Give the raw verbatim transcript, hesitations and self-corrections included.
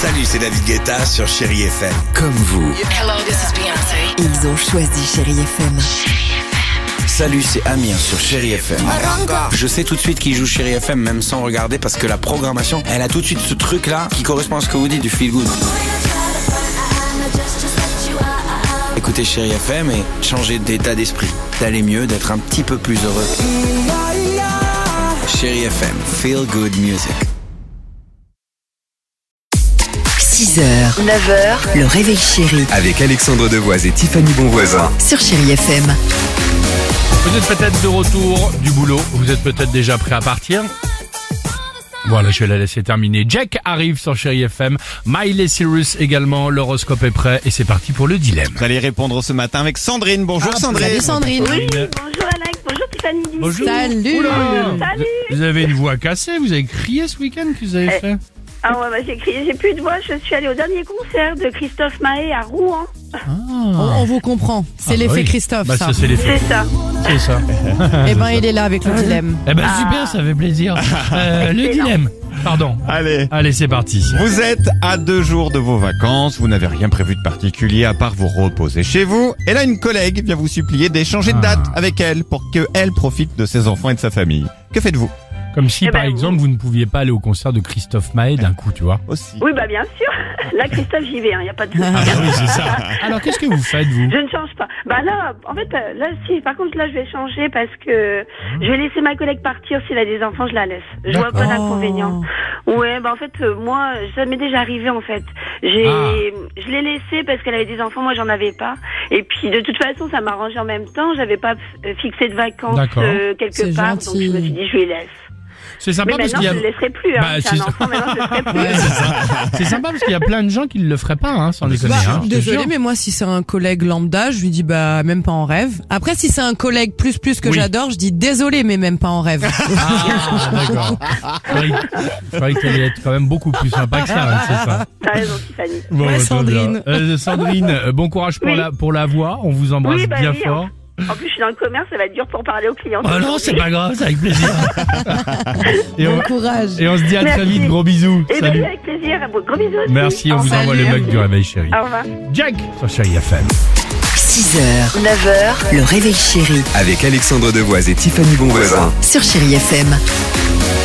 Salut, c'est David Guetta sur Chérie F M. Comme vous. Hello, this is Beyoncé. Ils ont choisi Chérie F M. Salut, c'est Amir sur Chérie F M. Je sais tout de suite qui joue Chérie F M, même sans regarder, parce que la programmation, elle a tout de suite ce truc-là qui correspond à ce que vous dites du feel good. Écoutez Chérie F M et changez d'état d'esprit, d'aller mieux, d'être un petit peu plus heureux. Chérie F M, feel good music. six heures, neuf heures, le réveil chéri Avec Alexandre Devoise et Tiffany Bonvoisin. sur Chérie F M. Vous êtes peut-être de retour du boulot, vous êtes peut-être déjà prêt à partir. Voilà, je vais la laisser terminer. Jack arrive sur Chérie F M, Miley Cyrus également, l'horoscope est prêt et c'est parti pour le dilemme. Vous allez répondre ce matin avec Sandrine. Bonjour Ah, Sandrine. Salut Sandrine. Oui, bonjour Alex, bonjour Tiffany. Bonjour. Salut. Oula. Salut. Vous avez une voix cassée, vous avez crié ce week-end que vous avez Eh. fait. Ah ouais, bah, j'ai crié, j'ai plus de voix, je suis allée au dernier concert de Christophe Maé à Rouen. On, on vous comprend. C'est Ah, l'effet bah oui. Christophe, Bah ça. ça c'est l'effet, C'est ça. c'est ça. Eh ben, il est là avec le dilemme. Eh ben Ah. super, ça fait plaisir. Euh, le Excellent. dilemme, pardon. Allez. Allez, c'est parti. Vous êtes à deux jours de vos vacances, vous n'avez rien prévu de particulier à part vous reposer chez vous. Et là, une collègue vient vous supplier d'échanger de Ah. date avec elle pour qu'elle profite de ses enfants et de sa famille. Que faites-vous? Comme si Eh par ben, exemple vous ne pouviez pas aller au concert de Christophe Maé d'un coup, tu vois. Aussi. Oui, bah bien sûr. Là, Christophe, j'y vais, il n'y a pas de souci. Ah oui, c'est ça. Alors qu'est-ce que vous faites vous? Je ne change pas. Bah là, en fait, euh, là, si, par contre, là, je vais changer parce que je vais laisser ma collègue partir. S'il a des enfants, je la laisse. Je vois pas D'accord. d'inconvénient. Ouais, bah en fait, euh, moi, ça m'est déjà arrivé, en fait. J'ai, Ah. je l'ai laissée parce qu'elle avait des enfants, moi, j'en avais pas. Et puis, de toute façon, ça m'arrangeait en même temps. J'avais pas euh, fixé de vacances D'accord. euh, quelque C'est part. gentil. Donc, je me suis dit, je lui laisse. C'est sympa Mais parce maintenant, qu'il y a... je ne le laisserai plus. Hein. Bah, c'est c'est un ça. enfant, maintenant, je ne le ferai plus. Ouais, c'est ça. C'est sympa parce qu'il y a plein de gens qui ne le feraient pas, hein, sans déconner. Bah, hein, je te désolé, jure. mais moi, si c'est un collègue lambda, je lui dis bah même pas en rêve. Après, si c'est un collègue plus plus que Oui. j'adore, je dis désolé, mais même pas en rêve. Ah, d'accord. Je croyais- Je croyais qu'elle allait être quand même beaucoup plus sympa que ça, hein, c'est ça. T'as raison, Tiffany. Bon, Ouais, bah, très Sandrine. bien. Euh, Sandrine, euh, bon courage pour Oui. la pour la voix. On vous embrasse Oui, bah bien oui, fort. En plus, je suis dans le commerce, ça va être dur pour parler aux clients. Oh non, c'est pas grave, c'est avec plaisir. et, on, Bon courage. et on se dit à très Merci. vite, gros bisous. Et ben, Salut. avec plaisir. Bon, gros bisous. aussi. Merci, on Au vous revoir. envoie le mug du réveil chéri. Au revoir. Jack sur Chérie F M. six heures, neuf heures, le réveil chéri Avec Alexandre Devoise et Tiffany Bonvoisin. sur Chérie F M.